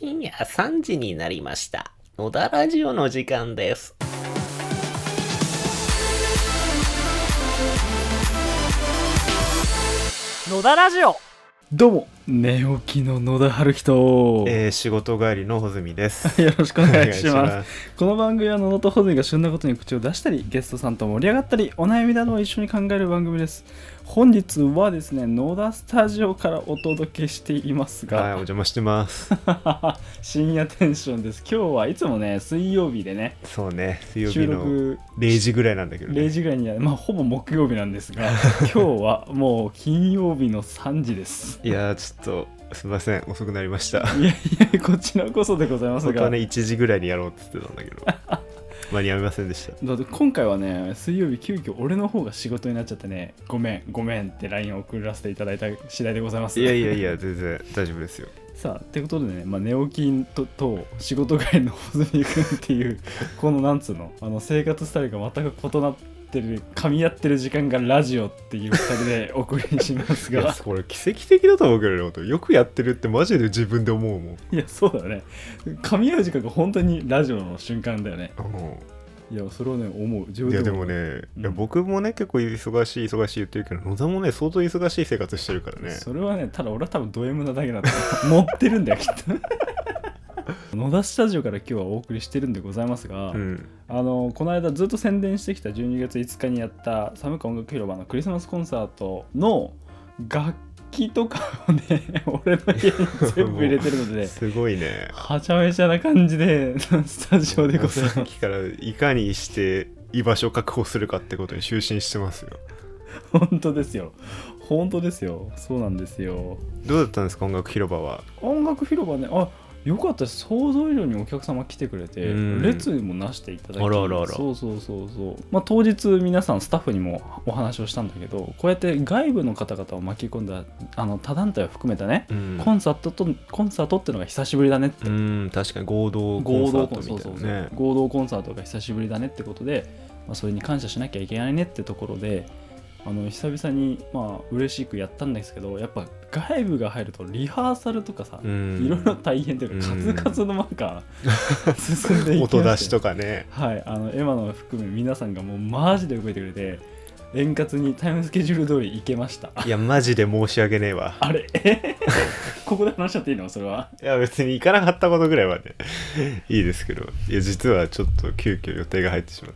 深夜3時になりました。野田ラジオの時間です。 野田ラジオ。 どうも寝起きの野田春樹と、 仕事帰りの穂積ですよろしくお願いしますこの番組は野田と穂積が旬なことに口を出したり、ゲストさんと盛り上がったり、お悩みなどを一緒に考える番組です。本日はですね、野田スタジオからお届けしていますが、 はい、お邪魔してます深夜テンションです。今日はいつもね、水曜日でね、 そうね、水曜日収の録 0時ぐらいなんだけど、ね、 0時ぐらいには、ほぼ木曜日なんですが今日はもう金曜日の3時ですいやー、ちょっとすみません、遅くなりました。 いやいや、こちらこそでございますが、 本当はね、1時ぐらいにやろうって言ってたんだけど間に合いませんでした。 だって今回はね、水曜日急遽俺の方が仕事になっちゃってね、ごめんって LINE を送らせていただいた次第でございます。 いや全然大丈夫ですよ。 さあ、ってことでね、寝起きと仕事帰りの穂積君っていうこのなんつうの、生活スタイルが全く異なってる、噛み合ってる時間がラジオっていう2人でお送りしますがいや、これ奇跡的だと思うけどね、よくやってるってマジで自分で思うもん。 いや、そうだね、噛み合う時間が本当にラジオの瞬間だよね。いや、それをね、思う。自分いや、でもね、いや僕もね、結構忙しい言ってるけど、野田もね、相当忙しい生活してるからね。 それはね、ただ俺は多分ド M なだけだと乗ってるんだよ、きっと野田スタジオから今日はお送りしてるんでございますが、この間ずっと宣伝してきた12月5日にやった寒川音楽広場のクリスマスコンサートの楽器とかをね、俺の家に全部入れてるので、 すごいね、 はちゃめちゃな感じでスタジオでございます。 さっきからいかにして居場所を確保するかってことに就寝してますよ。 本当ですよ、そうなんですよ。 どうだったんですか、音楽広場は。 音楽広場ね、よかったです。想像以上にお客様来てくれて、列もなしていただき、そう当日皆さんスタッフにもお話をしたんだけど、こうやって外部の方々を巻き込んだ他団体を含めたね、コンサートっていうのが久しぶりだねって。 確かに合同コンサートみたいなね、 合同コンサートが久しぶりだねってことで、それに感謝しなきゃいけないねってところで、久々に嬉しくやったんですけど、やっぱ外部が入るとリハーサルとかさ、いろいろ大変というか、数々の進んでいきまして、 音出しとかね、 はい、エマの含め皆さんがもうマジで動いてくれて、円滑にタイムスケジュール通り行けました。 いや、マジで申し訳ねえわ。 あれここで話しちゃっていいの、それは。 いや、別に行かなかったことぐらいはねいいですけど、いや、実はちょっと急遽予定が入ってしまって、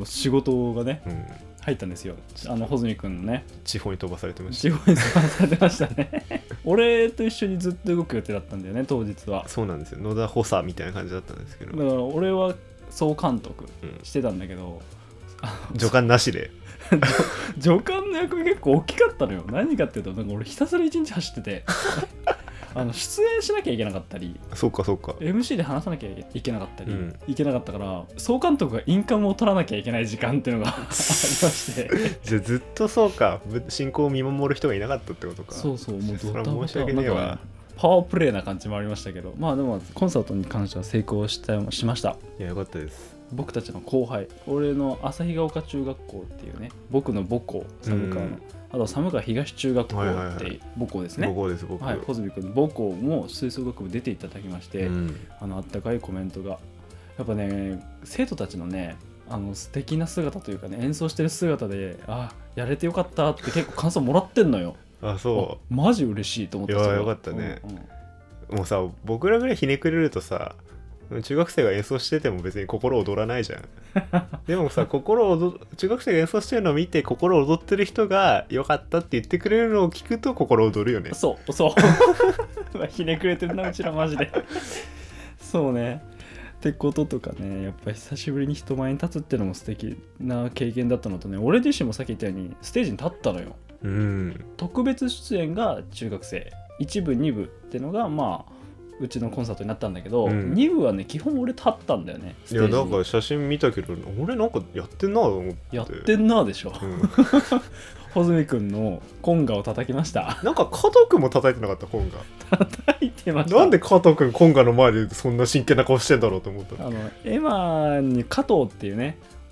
仕事がね、入ったんですよ。穂積君のね、 地方に飛ばされてました。 地方に飛ばされてましたね俺と一緒にずっと動く予定だったんだよね、当日は。 そうなんですよ、野田補佐みたいな感じだったんですけど、 だから俺は総監督してたんだけど、 助監なしで助監の役が結構大きかったのよ。何かっていうと、なんか俺ひたすら一日走ってて出演しなきゃいけなかったり、 そうか MC で話さなきゃいけなかったり、いけなかったから、総監督がインカムを取らなきゃいけない時間っていうのがありましてじゃあずっとそうか、進行を見守る人がいなかったってことか。 そう、もうドタバタ、 申し訳ねえわ。 パワープレイな感じもありましたけど、でもコンサートに関しては成功しました。 いや、よかったです。 僕たちの後輩、俺の旭ヶ丘中学校っていうね、僕の母校、寒川の、あと寒川東中学校って母校ですね。 母校です、僕。 はい、穂積君の母校も吹奏楽部出ていただきまして、あったかいコメントが、やっぱね、生徒たちのね、素敵な姿というかね、演奏してる姿で、やれてよかったって結構感想もらってんのよ。 そう。 マジ嬉しいと思って。 いや、よかったね。もうさ、僕らぐらいひねくれるとさ、中学生が演奏してても別に心躍らないじゃんでもさ、中学生が演奏してるのを見て心躍ってる人がよかったって言ってくれるのを聞くと心躍るよね。そうひねくれてるな、うちらマジでそうねってこととかね、やっぱり久しぶりに人前に立つっていうのも素敵な経験だったのとね、俺自身もさっき言ったようにステージに立ったのよ。特別出演が中学生、1部2部ってのがうちのコンサートになったんだけど、2部はね、基本俺立ったんだよね。 いや、なんか写真見たけど、俺なんかやってんなと思って。 やってんなでしょ穂積君のコンガを叩きました。 なんか加藤君も叩いてなかった？コンガ叩いてました。 なんで加藤君コンガの前でそんな真剣な顔してんだろうと思った。 エマに加藤っていうね、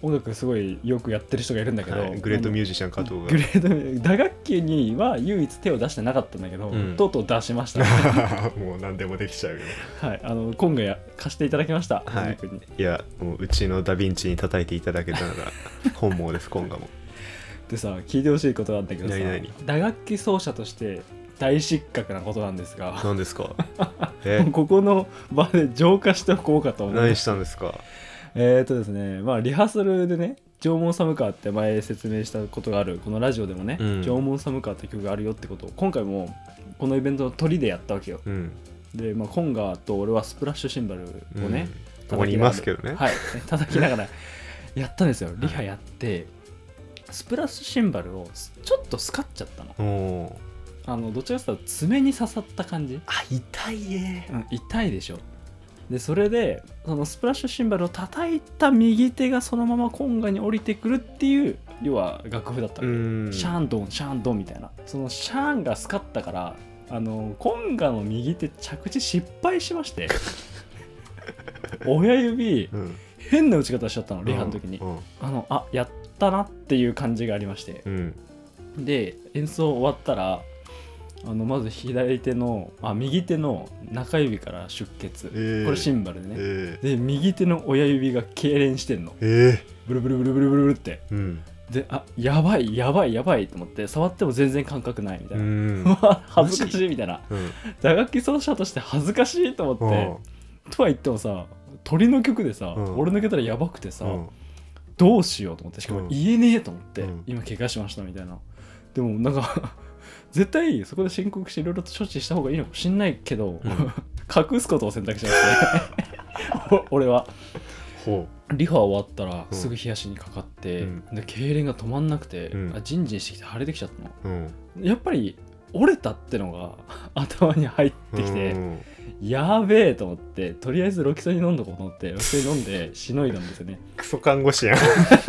音楽すごいよくやってる人がいるんだけど、 はい、グレートミュージシャン加藤がグレート打楽器には唯一手を出してなかったんだけど、とうとう出しましたもう何でもできちゃうよ。 はい、今回貸していただきました、 はい、いやもううちのダヴィンチに叩いていただけたら本望です今後も。 でさ、聞いてほしいことなんだけどさ、 何打楽器奏者として大失格なことなんですが、 何ですかここの場で浄化しておこうかと思う。 何したんですか。 ですね、まあリハーサルでね、縄文寒川って前説明したことがあるこのラジオでもね、縄文寒川って曲があるよってことを今回もこのイベントの鳥でやったわけよ、で、まあ、コンガと俺はスプラッシュシンバルをね、 ここにいますけどね、 はい、叩きながらやったんですよ。リハやってスプラッシュシンバルをちょっとスカっちゃったの。どちらかというと爪に刺さった感じ。 痛いね、 痛いでしょ。でそれでそのスプラッシュシンバルを叩いた右手がそのままコンガに降りてくるっていう要は楽譜だったの。シャーンドンシャーンドンみたいな、そのシャーンがスカったからコンガの右手着地失敗しまして親指、変な打ち方しちゃったの、リハの時に。やったなっていう感じがありまして、で演奏終わったらまず右手の中指から出血、これシンバルでね、で右手の親指が痙攣してんの、ブルブルブルブルブルって、でやばいと思って、触っても全然感覚ないみたいな、恥ずかしいみたいな、打楽器奏者として恥ずかしいと思って、とは言ってもさ、鳥の曲でさ、俺抜けたらやばくてさ、どうしようと思って、しかも言えねえと思って、今怪我しましたみたいな。でもなんか絶対そこで申告していろいろと処置した方がいいのかもしんないけど、隠すことを選択しましたね俺は。リハ終わったらすぐ冷やしにかかって、で痙攣が止まんなくて、ジンジンしてきて腫れてきちゃったの、やっぱり折れたってのが頭に入ってきて、やべえと思って、とりあえずロキソニン飲んどこうと思ってロキソニン飲んでしのいだんですよね。 クソ看護師やん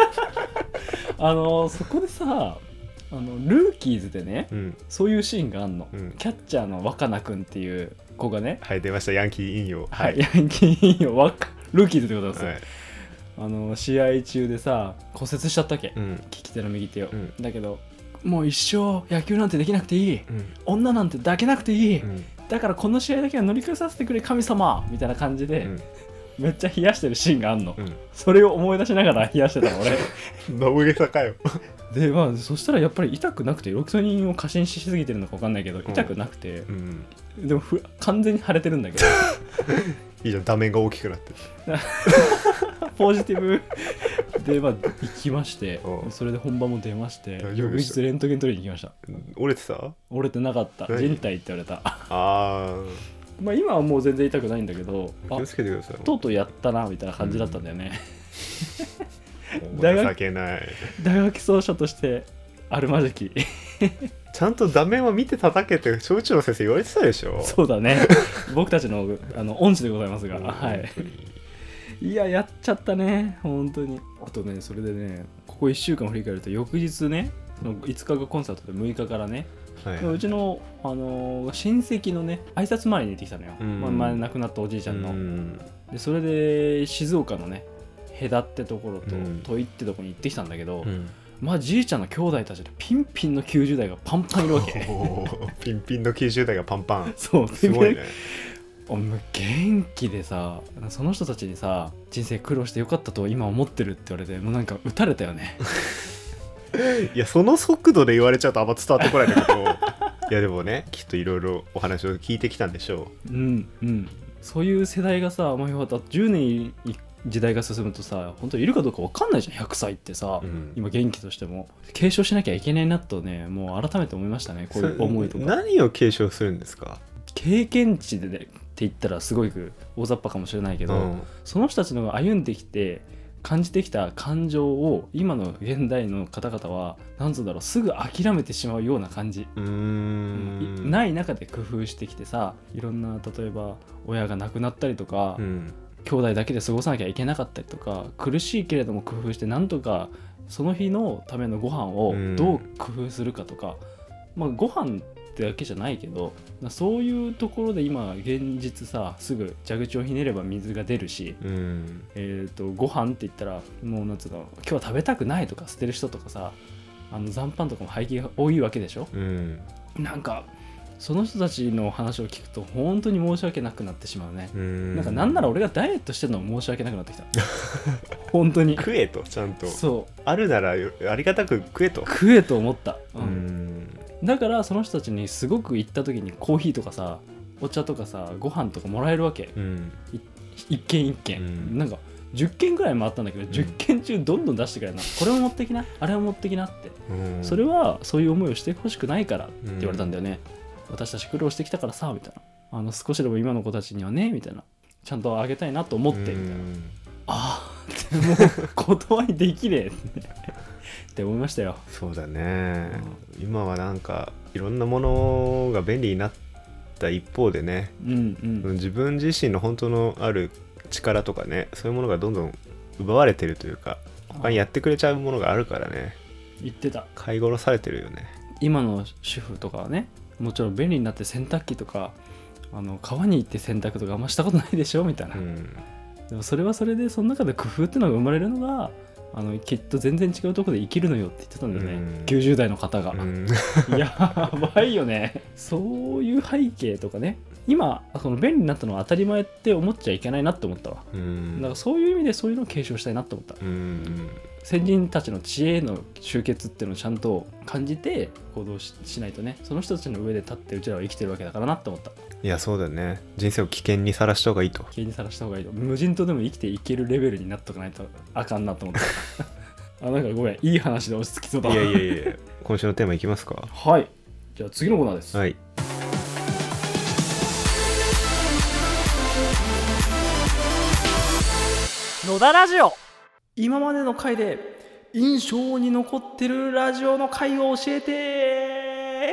そこでさ、ルーキーズでね、そういうシーンがあんの、キャッチャーの若菜くんっていう子がね、 はい、出ました、ヤンキー引用、 ヤンキー引用ルーキーズってことですよ、試合中でさ骨折しちゃったわけ、利き手の右手を、だけどもう一生野球なんてできなくていい、女なんて抱けなくていい、だからこの試合だけは乗り越えさせてくれ神様みたいな感じで、めっちゃ冷やしてるシーンがあんの、それを思い出しながら冷やしてたの俺信げさかよで、まあ、そしたらやっぱり痛くなくて、ロキソニンを過信しすぎてるのか分かんないけど、痛くなくて、でも完全に腫れてるんだけどいいじゃん、画面が大きくなってポジティブで、まあ、行きまして、それで本番も出まして、翌日レントゲン取りに行きました。 折れてた？ 折れてなかった、人体って言われたまあ今はもう全然痛くないんだけど、 気をつけてください。 とうとうやったなみたいな感じだったんだよね、 情けない。 打楽器奏者としてあるまじきちゃんと画面を見て叩けって小中の先生言われてたでしょ。 そうだね僕たちの恩師でございますが、いや、やっちゃったね本当に。あとね、それでね、ここ1週間振り返ると、翌日ね、その5日後コンサートで6日からね、うちの、親戚のね挨拶回りに行ってきたのよ、前亡くなったおじいちゃんの、でそれで静岡のね戸田ってところと土井ってところに行ってきたんだけど、まあじいちゃんの兄弟たちでピンピンの90代がパンパンいるわけピンピンの90代がパンパン、 そうすごいね元気でさ、その人たちにさ、人生苦労してよかったと今思ってるって言われて、もうなんか打たれたよねいや、その速度で言われちゃうとあんま伝わってこないんだけどいやでもね、きっといろいろお話を聞いてきたんでしょう。そういう世代がさ、まあ、10年時代が進むとさ、本当にいるかどうか分かんないじゃん、100歳ってさ、今元気としても継承しなきゃいけないなとね、もう改めて思いましたね、こういう思いとか。 何を継承するんですか？ 経験値で、って言ったらすごい大雑把かもしれないけど、その人たちのが歩んできて感じてきた感情を今の現代の方々はなんつうんだろう、すぐ諦めてしまうような感じ、ない中で工夫してきてさ、いろんな、例えば親が亡くなったりとか、兄弟だけで過ごさなきゃいけなかったりとか、苦しいけれども工夫してなんとかその日のためのご飯をどう工夫するかとか、まあ、ご飯ってわけじゃないけど、そういうところで今現実さ、すぐ蛇口をひねれば水が出るし、ご飯って言ったらもうなんつうの、今日は食べたくないとか捨てる人とかさ、残飯とかも廃棄が多いわけでしょ。なんかその人たちの話を聞くと本当に申し訳なくなってしまうね。なんなら俺がダイエットしてるのも申し訳なくなってきた本当に食えと、ちゃんとそうあるならありがたく食えと思った、だからその人たちにすごく行った時にコーヒーとかさ、お茶とかさ、ご飯とかもらえるわけ、一軒一軒、なんか10軒ぐらい回ったんだけど、10軒中どんどん出してくれるな、これを持ってきな、あれを持ってきなって、それはそういう思いをしてほしくないからって言われたんだよね。私たち苦労してきたからさみたいな、少しでも今の子たちにはねみたいな、ちゃんとあげたいなと思ってみたいな、ああもう言葉にできねえって思いましたよ。 そうだね、今はなんかいろんなものが便利になった一方でね、自分自身の本当のある力とかね、そういうものがどんどん奪われてるというか、他にやってくれちゃうものがあるからね、 言ってた、 買い殺されてるよね。 今の主婦とかはね、もちろん便利になって洗濯機とか川に行って洗濯とかあんましたことないでしょみたいな、でもそれはそれでその中で工夫っていうのが生まれるのがきっと全然違うところで生きるのよって言ってたんだよね、90代の方が、やばいよねそういう背景とかね、今その便利になったのは当たり前って思っちゃいけないなって思ったわ。だからそういう意味でそういうのを継承したいなって思った。先人たちの知恵の集結っていうのをちゃんと感じて行動 しないとね、その人たちの上で立ってうちらは生きてるわけだからなって思った。 いやそうだね、人生を危険にさらした方がいいと。 危険にさらした方がいいと、無人島でも生きていけるレベルになっとかないとあかんなと思ったなんかごめん、いい話で落ち着きそうだ。 いや今週のテーマいきますか。 はい、じゃあ次のコーナーです。 はい、 野田ラジオ。 今までの回で印象に残ってるラジオの回を教えて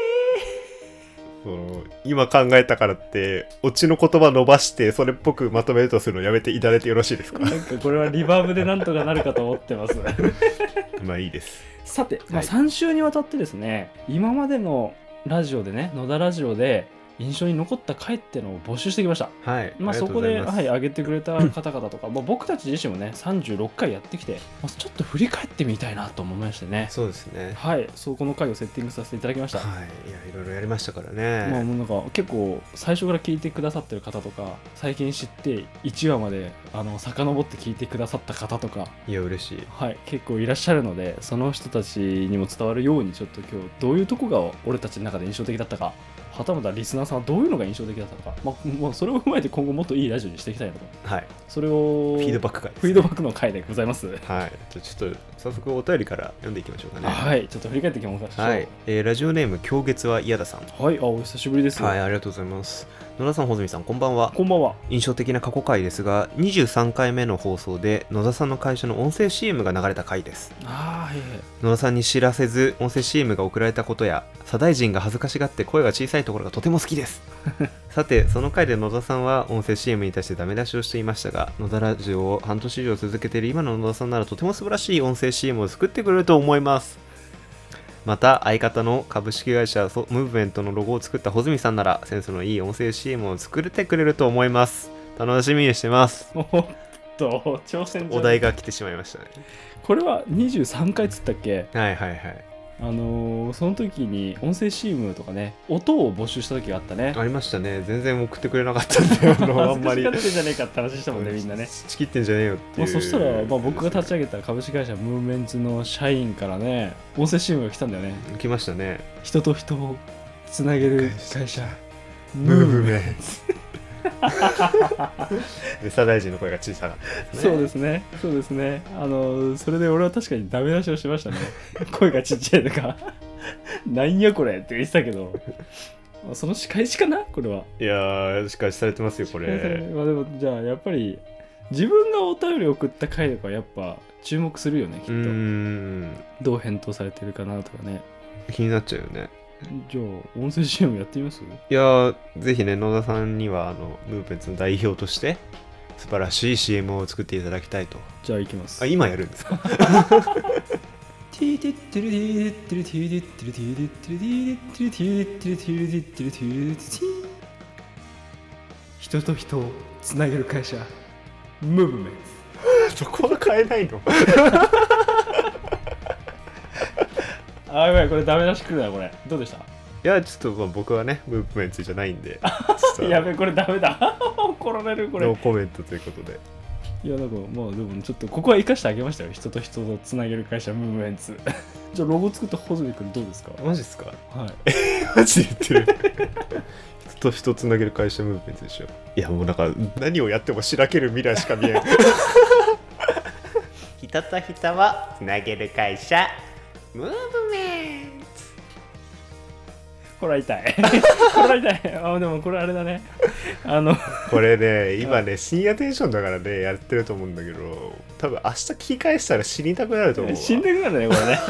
今考えたからってオチの言葉伸ばしてそれっぽくまとめるとするのやめていただいてよろしいですか。 なんかこれはリバーブでなんとかなるかと思ってますまあいいです。 さて、3週にわたってですね、今までのラジオでね、野田ラジオで印象に残った回ってのを募集してきました。 はい、 そこで上げてくれた方々とか僕たち自身もね36回やってきて、ちょっと振り返ってみたいなと思いましてね。 そうですね、 はい、この回をセッティングさせていただきました。 はい、いやいろいろやりましたからね。 もうなんか結構最初から聞いてくださってる方とか、最近知って1話まで遡って聞いてくださった方とか、 いや嬉しい、 はい、結構いらっしゃるので、その人たちにも伝わるようにちょっと今日どういうとこが俺たちの中で印象的だったか、はたまたリスナーさんはどういうのが印象的だったのか、それを踏まえて今後もっといいラジオにしていきたいなと。 はい、 それをフィードバック会ですね。 フィードバックの回でございます。 はい、ちょっと早速お便りから読んでいきましょうかね。 はい、ちょっと振り返っていきましょう。 はい、ラジオネーム狂月は嫌ださん。 はい、お久しぶりです。 はい、ありがとうございます。野田さん、穂積さん、こんばんは。 こんばんは。 印象的な過去回ですが、23回目の放送で野田さんの会社の音声 CM が流れた回です。野田さんに知らせず音声 CM が送られたことや、左大臣が恥ずかしがって声が小さいところがとても好きですさて、その回で野田さんは音声 CM に対してダメ出しをしていましたが、野田ラジオを半年以上続けている今の野田さんならとても素晴らしい音声 CM を作ってくれると思います。また相方の株式会社ムーブメントのロゴを作った穂積さんならセンスのいい音声 CM を作ってくれると思います。楽しみにしてます。 おっと、挑戦状。 お題が来てしまいましたね。 これは23回つったっけ。 はいはいはい。 その時に音声 CM とかね、音を募集した時があったね。 ありましたね。全然送ってくれなかったんであんまり恥ずかしがってんじゃねえかって話したもんね、みんなね。 ちきってんじゃねえよっていう。 そしたら、僕が立ち上げた株式会社ムーブメンツの社員からね、音声 CM が来たんだよね。 来ましたね。 人と人をつなげる会社ムーブメンツで左大臣の声が小さかったですね。 そうですね、そうですね。それで俺は確かにダメ出しをしましたね声がちっちゃいとかなんやこれって言ってたけど、その仕返しかなこれは。 いやー、仕返しされてますよこれ。 でもじゃあやっぱり自分がお便り送った回とかやっぱ注目するよね、きっと。どう返答されてるかなとかね、 気になっちゃうよね。 じゃあ音声 CM やってみます？ いやー、ぜひね、野田さんにはムーブメンツの代表として素晴らしい CM を作っていただきたいと。 じゃあ行きます。 今やるんですか人と人をつなげる会社ムーブメンそこは変えないのト。あ、やばい、これダメ出しくるな、これどうでした？ いやちょっとまあ僕はねムーブメントじゃないんでやべえ、これダメだ怒られる、これ。 ノーコメントということで。 いや、なんかまあでもちょっとここは生かしてあげましたよ。人と人とつなげる会社ムーブメンツじゃあロゴ作った穂積君どうですか？ マジっすか？ はいマジで言ってる人と人つなげる会社ムーブメントでしょ。いやもうなんか何をやってもしらける未来しか見えん人と人をつなげる会社ムーブメント。 これは痛いこれは痛い。あ、でもこれあれだね、 これね今ね深夜テンションだからねやってると思うんだけど、多分明日聞き返したら死にたくなると思うわ。 死んでくるねこれね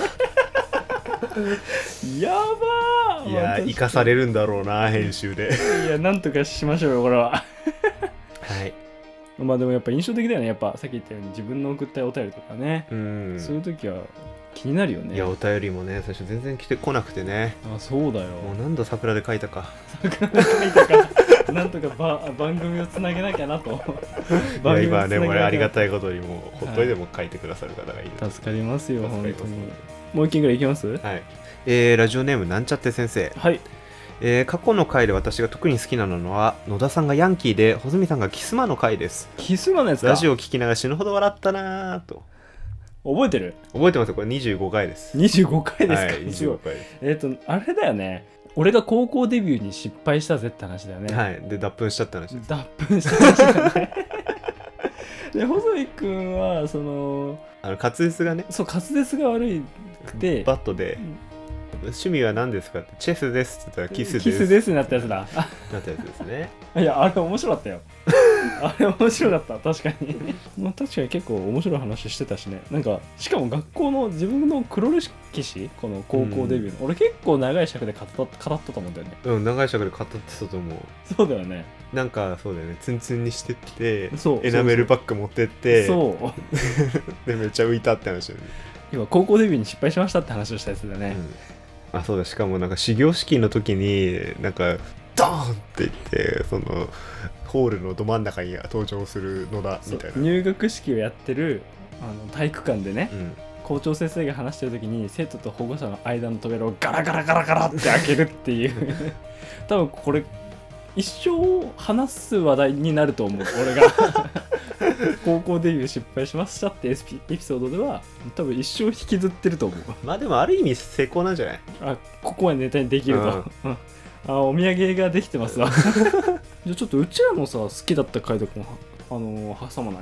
やばー。 いや生かされるんだろうな編集でいや、なんとかしましょうよこれははいまあでもやっぱ印象的だよね。やっぱさっき言ったように自分の送ったお便りとかね、そういう時は気になるよね。 いやお便りもね最初全然来てこなくてね、 あ、そうだよ。 もう何度桜で書いたかなんとか番組をつなげなきゃなといや今はね俺ありがたいことにもうほっといても書いてくださる方がいる、 助かりますよ本当に。 助かりますもう一件ぐらいいきます？ はいラジオネームなんちゃって先生。 はい。 過去の回で私が特に好きなのは野田さんがヤンキーで穂積さんがキスマの回です。 キスマのやつか。 ラジオを聞きながら死ぬほど笑ったなぁと。 覚えてる？ 覚えてますよ。これ25回です。 25回ですか？ はい、25回です。 あれだよね、俺が高校デビューに失敗したぜって話だよね。 はい。で脱粉しちゃった話です。 脱粉した話だねで穂積君はその滑舌がね、 そう滑舌が悪くてバットで趣味は何ですかってチェスですって言ったらキスです。 キスですになったやつだなったやつですね。 いや、あれ面白かったよあれ面白かった確かにまあ確かに結構面白い話してたしね。なんかしかも学校の自分の黒歴史、この高校デビューの、俺結構長い尺で語ったと思うんだよね。 長い尺で語ってたと思う。 そうだよね。 なんかそうだよね、ツンツンにしてってそうエナメルバッグ持ってってそうでめっちゃ浮いたって話だよね。 今高校デビューに失敗しましたって話をしたやつだね、 あ、そうだ。しかもなんか始業式の時になんかドーンって言ってそのホールのど真ん中に登場するのだみたいな。 入学式をやってる体育館でね、校長先生が話してる時に生徒と保護者の間の扉をガラガラガラガラって開けるっていう多分これ一生話す話題になると思う俺が高校デビュー失敗しましたってエピソードでは多分一生引きずってると思う。 まあでもある意味成功なんじゃない？ ここはネタにできると、お土産ができてますわじゃあちょっとうちらのさ好きだった回とかも挟まない？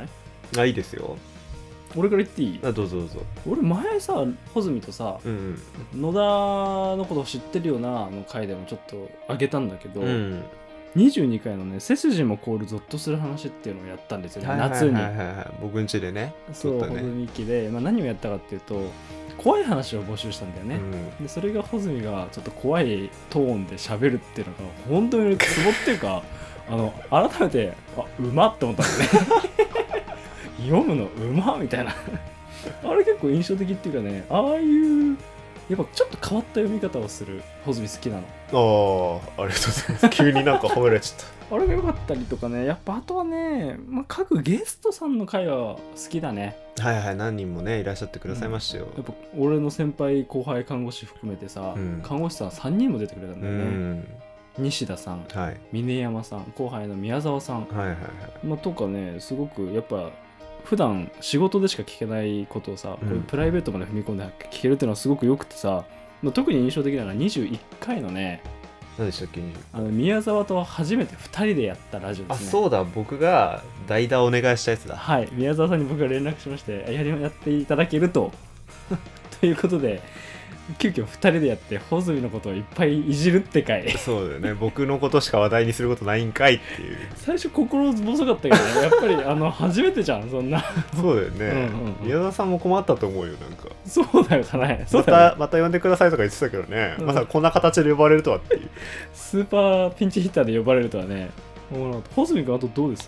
いいですよ。 俺から言っていい？ どうぞどうぞ。 俺前さ穂積とさ、野田のことを知ってるよなの回でもちょっとあげたんだけど、22回のね背筋も凍るゾッとする話っていうのをやったんですよね、夏に。 僕ん家でね。 そう穂積家で、何をやったかっていうと怖い話を募集したんだよね、でそれが穂積がちょっと怖いトーンで喋るっていうのが本当にツボっていうか改めてうまって思ったんだよね読むのうまみたいなあれ結構印象的っていうかね、ああいうやっぱちょっと変わった読み方をする穂積好きなの。 ありがとうございます急になんか褒められちゃったあれが良かったりとかね。やっぱあとはね、各ゲストさんの回は好きだね。 何人もねいらっしゃってくださいましたよ、 やっぱ俺の先輩後輩看護師含めてさ、看護師さん3人も出てくれたんだよね、西田さん、峰山さん、後輩の宮沢さん、とかね、すごくやっぱ普段仕事でしか聞けないことをさ、こういうプライベートまで踏み込んで聞けるっていうのはすごく良くてさ、特に印象的なのは21回のね、 何でしたっけ、 宮沢と初めて2人でやったラジオですね。 そうだ、僕が代打お願いしたやつだ。 はい、宮沢さんに僕が連絡しまして、やっていただけるとということで急遽2人でやって穂積のことをいっぱいいじるって回。 そうだよね、僕のことしか話題にすることないんかいっていう。 最初心細かったけどね、やっぱり初めてじゃんそんな。 そうだよね、宮沢さんも困ったと思うよ。なんかそうだよね、 また呼んでくださいとか言ってたけどね、まさかこんな形で呼ばれるとはっていう。 スーパーピンチヒッターで呼ばれるとはね。穂積君あとどうです？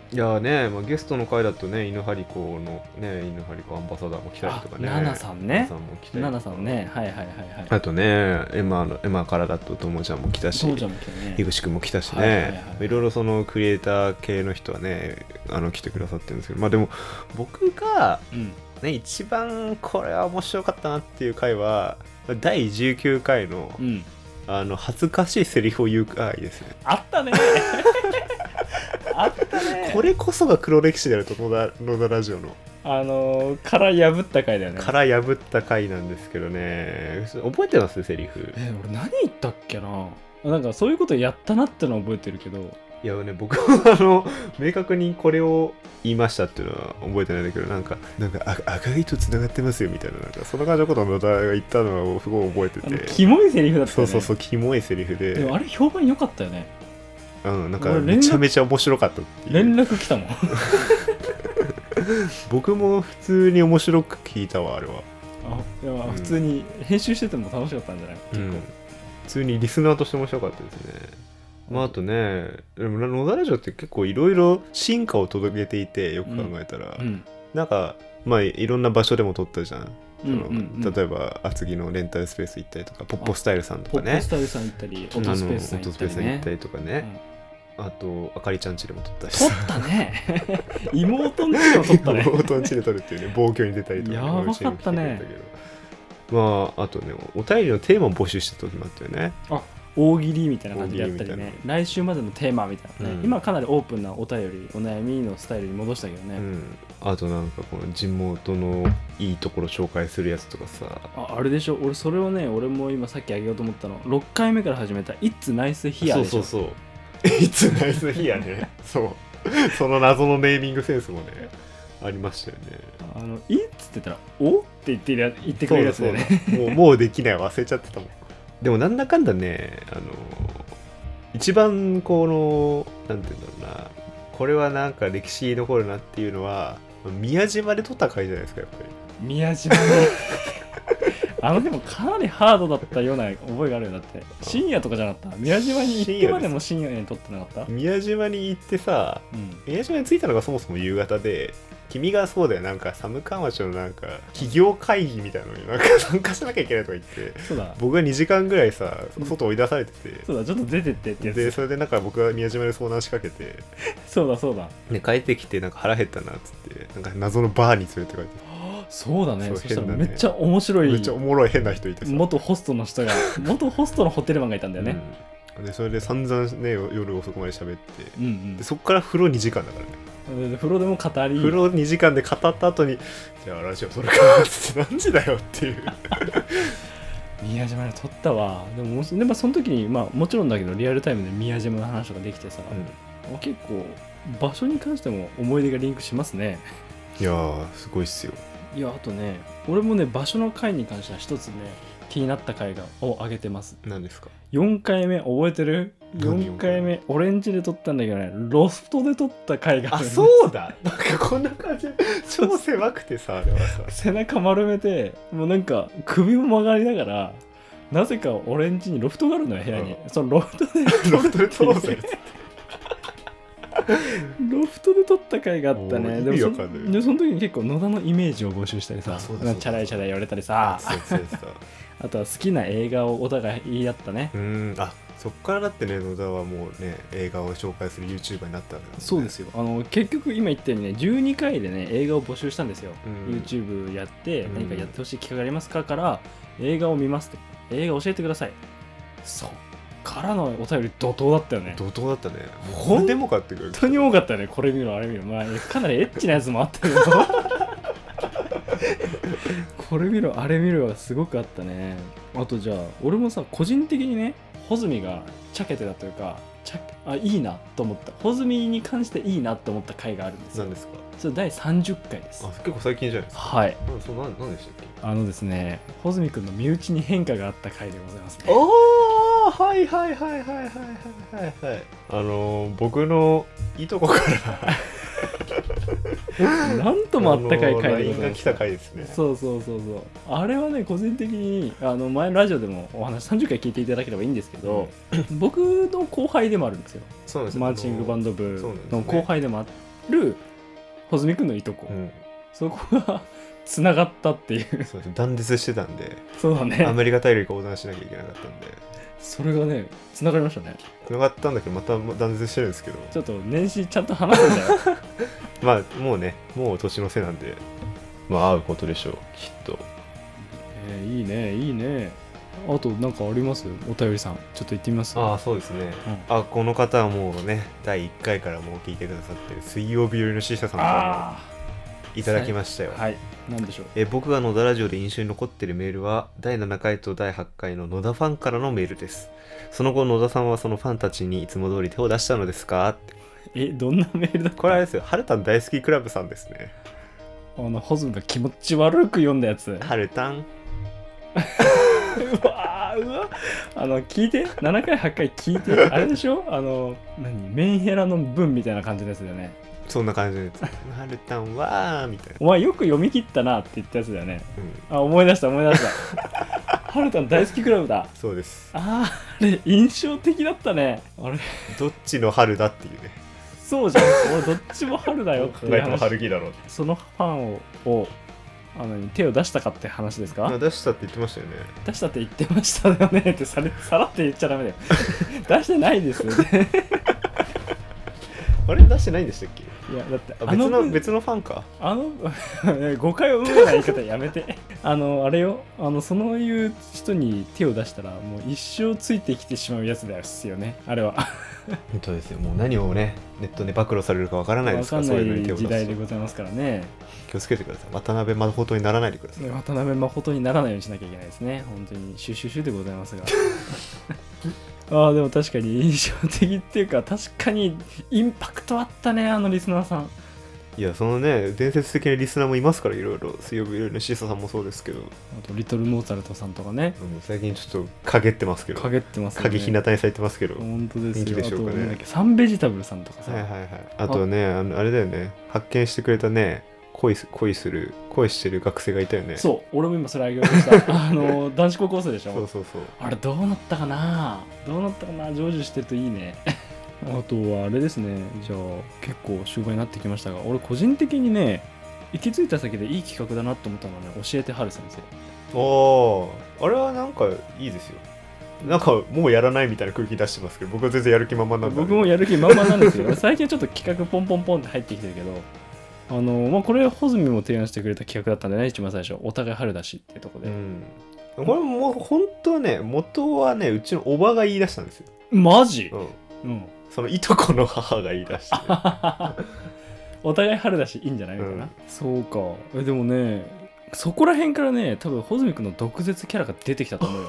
いやーね、まあ、ゲストの回だとね、犬張子のね、犬張子アンバサダーも来たりとかね。 ナナさんね。 ナナさんも来たりナナさんね。はいはいはいはい。 あとね、エマからだとともちゃんも来たし、 ともちゃんも来たね。 樋口くんも来たしね、 はいはいはいいろいろそのクリエイター系の人はね、来てくださってるんですけど、まあでも僕が、 うんね、一番これは面白かったなっていう回は第19回の、 うん、 恥ずかしいセリフを言う回ですね。 あったねあったね。 これこそが黒歴史であると、野田ラジオの殻破った回だよね。 殻破った回なんですけどね、覚えてますセリフ。 俺何言ったっけな。なんかそういうことやったなってのは覚えてるけど、 いやね、僕は明確にこれを言いましたっていうのは覚えてないんだけど、なんか赤木とつながってますよみたいな、なんかそんな感じのことを野田が言ったのをすごい覚えてて、 キモいセリフだったよね。 そうキモいセリフで、 でもあれ評判良かったよね。 なんかめちゃめちゃ面白かったっていう。 連絡来たもん僕も普通に面白く聞いたわ、あれは。 いや、普通に編集してても楽しかったんじゃない、結構。 普通にリスナーとして面白かったですね。まあ、あとね、でも野田ラジオって結構いろいろ進化を届けていて、よく考えたら、なんかまあいろんな場所でも撮ったじゃん。例えば厚木のレンタルスペース行ったりとか、ポッポスタイルさんとかね、 ポッポスタイルさん行ったり、オトスペースさん行ったりとかね、あとあかりちゃんちでも撮ったし、 撮ったね妹んちでも撮ったね妹んちで撮るっていうね、暴挙に出たりとか、 やばかったね。 まああとね、お便りのテーマを募集した時もあったよね。 大喜利みたいな感じでやったりね、来週までのテーマみたいなね、今かなりオープンなお便り、お悩みのスタイルに戻したけどね、 あとなんかこの地元のいいところ紹介するやつとかさ、 あれでしょ、俺それをね、俺も今さっきあげようと思ったの、6回目から始めた It's Nice Here でしょ。 そう It's Nice Here ねそうその謎のネーミングセンスもねありましたよね。 いっつってたらおって言ってくれるやつだよね。 もうできない、忘れちゃってたもん。でもなんだかんだね、一番このなんていうんだろうな、これはなんか歴史に残るなっていうのは宮島で撮った回じゃないですか、やっぱり。 宮島ねでもかなりハードだったような覚えがあるよ。だって深夜とかじゃなかった？宮島に行ってまでも深夜に撮ってなかった？ 宮島に行ってさ、宮島に着いたのがそもそも夕方で、君がそうだよ、なんか寒川町のなんか企業会議みたいなのになんか参加しなきゃいけないとか言って、 そうだ、 僕が2時間ぐらいさ外追い出されてて、 そうだ、ちょっと出てってってやつで、それでなんか僕が宮島で相談しかけて、 そうだで帰ってきてなんか腹減ったなっつって、なんか謎のバーに連れて帰って、 そうだね、 そうそしたら変なねめっちゃ面白い、 めっちゃおもろい変な人いてさ、 元ホストの人が元ホストのホテルマンがいたんだよね、 でそれで散々ね夜遅くまで喋って、でそっから風呂2時間だからね。 風呂でも語り、 風呂2時間で語った後に、じゃあラジオ撮るかって何時だよっていう宮島で撮ったわ。でもその時に、まあもちろんだけどリアルタイムで宮島の話とかできてさ、結構場所に関しても思い出がリンクしますね。 いやーすごいっすよ。 いや、あとね、俺もね、場所の回に関しては一つね、気になった回を挙げてます。 何ですか ？4回目覚えてる？4回目オレンジで撮ったんだけどね、ロフトで撮った回がある。 そうだ、なんかこんな感じ超狭くてさ、あれはさ背中丸めて、もうなんか首も曲がりながら、なぜかオレンジにロフトがあるのよ、部屋に。そのロフトで撮ろうぜロフトで撮った回があったね。でもその時に結構野田のイメージを募集したりさ、チャラい言われたりさ、あとは好きな映画をお互い言い合ったね。 そっからだってね、野田はもうね、映画を紹介する YouTuber になったわけだ、ね、 そうですよ。結局今言ったようにね、12回でね、映画を募集したんですよ。YouTube やって、何かやってほしい企画ありますかから、映画を見ますと。映画教えてください。そっからのお便り怒涛だったよね。 怒涛だったね。本でもかってくる。 本当に多かったね。これ見ろ、あれ見ろ。まあ、かなりエッチなやつもあったけど。これ見ろ、あれ見ろはすごくあったね。あとじゃあ、俺もさ、個人的にね、穂積がちゃけてたというか、いいなと思った。穂積に関していいなと思った回があるんですよ。 何ですか？ それ第30回です。 結構最近じゃないですか。 はい。 何でしたっけ？ ですね、穂積君の身内に変化があった回でございますね。 はい僕のいとこからなんともあったかい回でございます。 LINE が来た回ですね。 そうあれはね、個人的に前のラジオでもお話30回聞いていただければいいんですけど、僕の後輩でもあるんですよ。 そうなんです。 マーチングバンド部の後輩でもあって、 る穂積くんのいとこ、そこがつながったっていうそう断絶してたんでそうだねアメリカ大陸横断しなきゃいけなかったんでそれがねつながりましたね。 つながったんだけどまた断絶してるんですけどちょっと年始ちゃんと話すんだよまあもうねもう年の瀬なんでまあ会うことでしょうきっと。 いいねいいね。あとなんかあります？お便りさんちょっと言ってみます？ ああそうですね、この方はもうね第1回からもう聞いてくださってる水曜日よりのシーサさんからもいただきましたよ。 はい、なんでしょう。 僕が野田ラジオで印象に残っているメールは第7回と第8回の野田ファンからのメールです。その後野田さんはそのファンたちにいつも通り手を出したのですかって。 どんなメールだった？ これあれですよ、はるたん大好きクラブさんですね。 ホズミが気持ち悪く読んだやつ。 はるたんうわ聞いて7回8回聞いてあれでしょメンヘラの文みたいな感じですよね。 そんな感じのやつ。はるたんはみたいな。 お前よく読み切ったなって言ったやつだよね、思い出したはるたん大好きクラブだ。 そうです。 あれ印象的だったね。あれどっちの春だっていうね。 そうじゃん俺どっちも春だよっていう話。 春木だろう。 そのファンを手を出したかって話ですか？ 出したって言ってましたよね。 出したって言ってましたよねってさらって言っちゃダメだよ出してないですよねあれ出してないんでしたっけ？ いやだって別のファンか。 誤解を生むような言い方やめてあれよそういう人に手を出したらもう一生ついてきてしまうやつですよねあれは本当ですよ。もう何をねネットで暴露されるかわからないですから。 わかんない時代でございますからね。 気をつけてください。渡辺誠にならないでください。 渡辺誠にならないようにしなきゃいけないですね。本当にシュシュシュでございますがでも確かに印象的っていうか確かにインパクトあったねリスナーさん。 いやそのね伝説的なリスナーもいますからいろいろ。水曜日いろいろのシーサさんもそうですけど、 あとリトルモーツァルトさんとかね、 最近ちょっと陰ってますけど。 陰ってますね。 陰日向に咲いてますけど。 本当ですよ。 元気でしょうかね。 あとなんだっけサンベジタブルさんとかさ。 あとねあれだよね、発見してくれたね恋してる学生がいたよね。 そう、俺も今それあげようとした男子高校生でしょ。 そうあれどうなったかな成就してるといいねあとはあれですね。じゃあ結構終盤になってきましたが、俺個人的にね行き着いた先でいい企画だなと思ったのはね、教えてはる先生。 あれはなんかいいですよ。なんかもうやらないみたいな空気出してますけど、僕は全然やる気満々なんで。 僕もやる気満々なんですよ最近ちょっと企画ポンポンポンって入ってきてるけど、これ穂積も提案してくれた企画だったんだよね。一番最初お互い春だしっていうところで、 これもう本当はね元はねうちのおばが言い出したんですよ。 マジ？ そのいとこの母が言い出してお互い春だしいいんじゃないみたいな、そうか。でもねそこら辺からね多分穂積君の毒舌キャラが出てきたと思うよ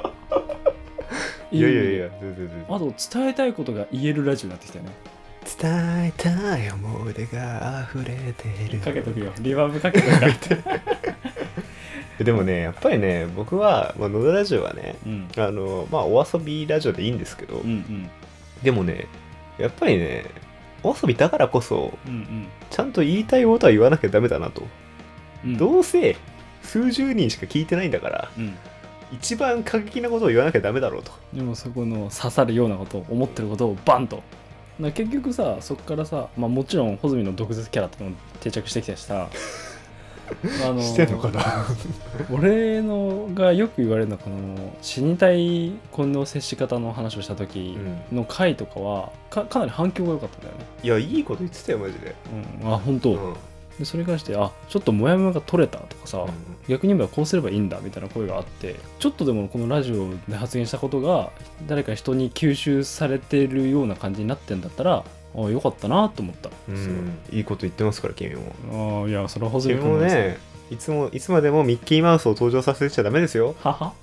いや全然あと伝えたいことが言えるラジオになってきたよね。 伝えたい思い出が溢れてる。 かけとくよ、リバーブかけとくからでもねやっぱりね僕は、野田ラジオはね、お遊びラジオでいいんですけど、でもねやっぱりねお遊びだからこそ、ちゃんと言いたいことは言わなきゃダメだなと、どうせ数十人しか聞いてないんだから、一番過激なことを言わなきゃダメだろうと。 でもそこの刺さるようなことを思ってることをバンと結局さ、そっからさ、もちろん穂積の毒舌キャラってのも定着してきたしさしてんのかな俺のがよく言われるのは死にたい婚の接し方の話をした時の回とかは かなり反響が良かったんだよね。 いやいいこと言ってたよマジで。 本当、でそれに関してちょっとモヤモヤが取れたとかさ、逆に言えばこうすればいいんだみたいな声があって、ちょっとでもこのラジオで発言したことが誰か人に吸収されてるような感じになってんだったらよかったなと思った。 いいこと言ってますから君も。 いやそれは穂積君もねいつまでもミッキーマウスを登場させちゃダメですよ。はね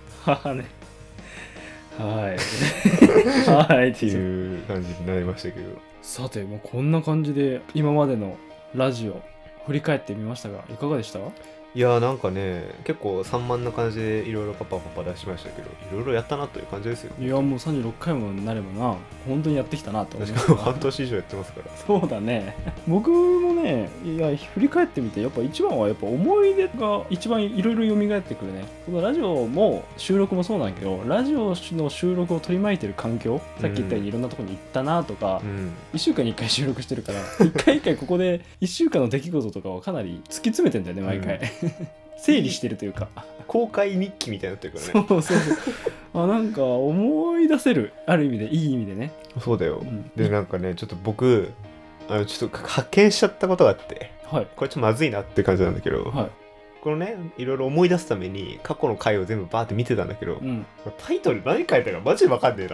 はいっていう感じになりましたけど、 さてもうこんな感じで今までのラジオ振り返ってみましたがいかがでした？ いやーなんかね結構散漫な感じでいろいろパパ出しましたけど、いろいろやったなという感じですよ。 いやもう36回もなればな本当にやってきたなと思い確ますか半年以上やってますから。 そうだね。僕もね、いや振り返ってみてやっぱ一番はやっぱ思い出が一番いろいろ蘇ってくるね。このラジオも収録もそうなんだけど、ラジオの収録を取り巻いてる環境、さっき言ったようにいろんなところに行ったなとか、1週間に1回収録してるから1回1回ここで1週間の出来事とかをかなり突き詰めてんだよね毎回、整理してるというか公開日記みたいになってるからね。 そうなんか思い出せる、ある意味でいい意味でね。 そうだよ、でなんかねちょっと僕ちょっと発見しちゃったことがあって、 はい、 これちょっとまずいなって感じなんだけど、 はい、 このねいろいろ思い出すために過去の回を全部バーって見てたんだけど、タイトル何書いたかマジで分かんねえな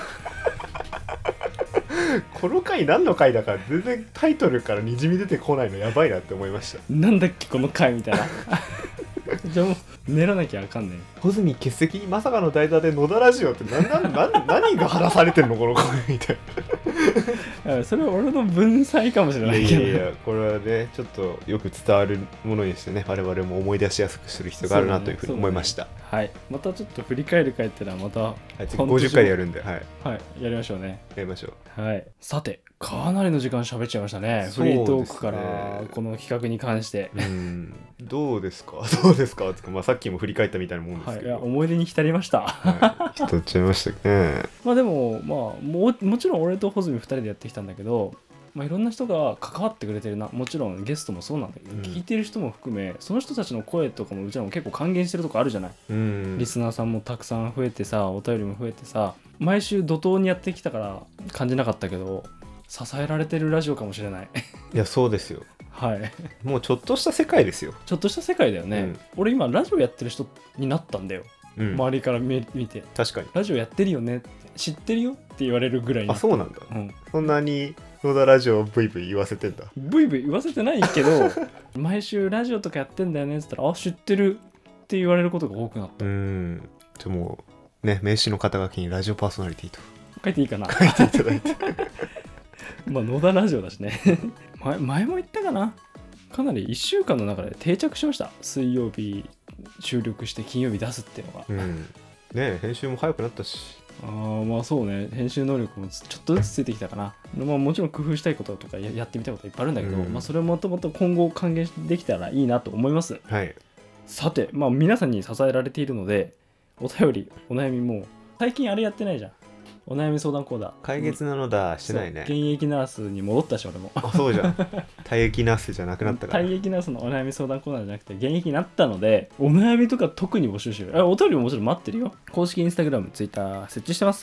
この回何の回だか全然タイトルからにじみ出てこないのやばいなって思いました。 なんだっけこの回みたいなじゃあもう練らなきゃあかんねえ。穂積欠席まさかの代打で野田ラジオって何が話されてんのこの声みたいなそれは俺の文才かもしれないけど、 いやこれはねちょっとよく伝わるものにしてね我々も思い出しやすくする必要があるなというふうに思いました。 はい、またちょっと振り返る回ってのはまた、はい、 次50回でやるんで、はい、 はい、やりましょうね。 やりましょう。はい。さてかなりの時間喋っちゃいましたね。フリートークからこの企画に関して。 どうですかどうですかってか、まあ、さっきも振り返ったみたいなもんですけど、 はい、いや思い出に浸りました。 はい、浸っちゃいましたね。 まあでもまあもちろん俺と穂積2人でやってきたんだけど、まあ、いろんな人が関わってくれてるな。もちろんゲストもそうなんだけど、聞いてる人も含めその人たちの声とかもうちらも結構還元してるとこあるじゃない。リスナーさんもたくさん増えてさ、お便りも増えてさ、毎週怒涛にやってきたから感じなかったけど支えられてるラジオかもしれない。 いやそうですよ。 はい、 もうちょっとした世界ですよ。 ちょっとした世界だよね。俺今ラジオやってる人になったんだよ、周りから見て。確かにラジオやってるよねって知ってるよって言われるぐらい。 あ、そうなんだ、そんなに野田ラジオをブイブイ言わせてんだ。 ブイブイ言わせてないけど毎週ラジオとかやってんだよねって言ったら、あ、知ってるって言われることが多くなった。 じゃあもうね、名刺の肩書きにラジオパーソナリティと書いていいかな。 書いていただいてまあ野田ラジオだしね前も言ったかな。かなり1週間の中で定着しました。水曜日収録して金曜日出すっていうのが、 ね、編集も早くなったし。 まあそうね、編集能力もちょっとずつついてきたかな。まあもちろん工夫したいこととか やってみたいこといっぱいあるんだけど、まあそれをもともと今後還元できたらいいなと思います。 はい。 さて、まあ皆さんに支えられているので、お便りお悩みも最近あれやってないじゃん、お悩み相談コーナー。 解決なのだ、してないね。 現役ナースに戻ったし俺も。 あ、そうじゃん。退役ナースじゃなくなったから。 退役ナースのお悩み相談コーナーじゃなくて現役になったので、お悩みとか特に募集してる。お便りももちろん待ってるよ。公式インスタグラム、ツイッター設置してます。@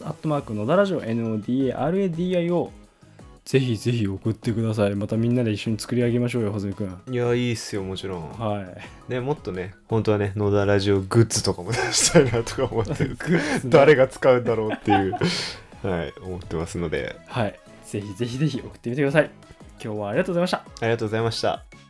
野田ラジオ NODARADIO。ぜひぜひ送ってください。またみんなで一緒に作り上げましょうよ、穂積くん。 いや、いいっすよ、もちろん。 はい。 ね、もっとね、本当はね、野田ラジオグッズとかも出したいなとか思ってる。誰が使うんだろうっていう、はい、思ってますので。 はい。ぜひぜひぜひ送ってみてください。今日はありがとうございました。 ありがとうございました。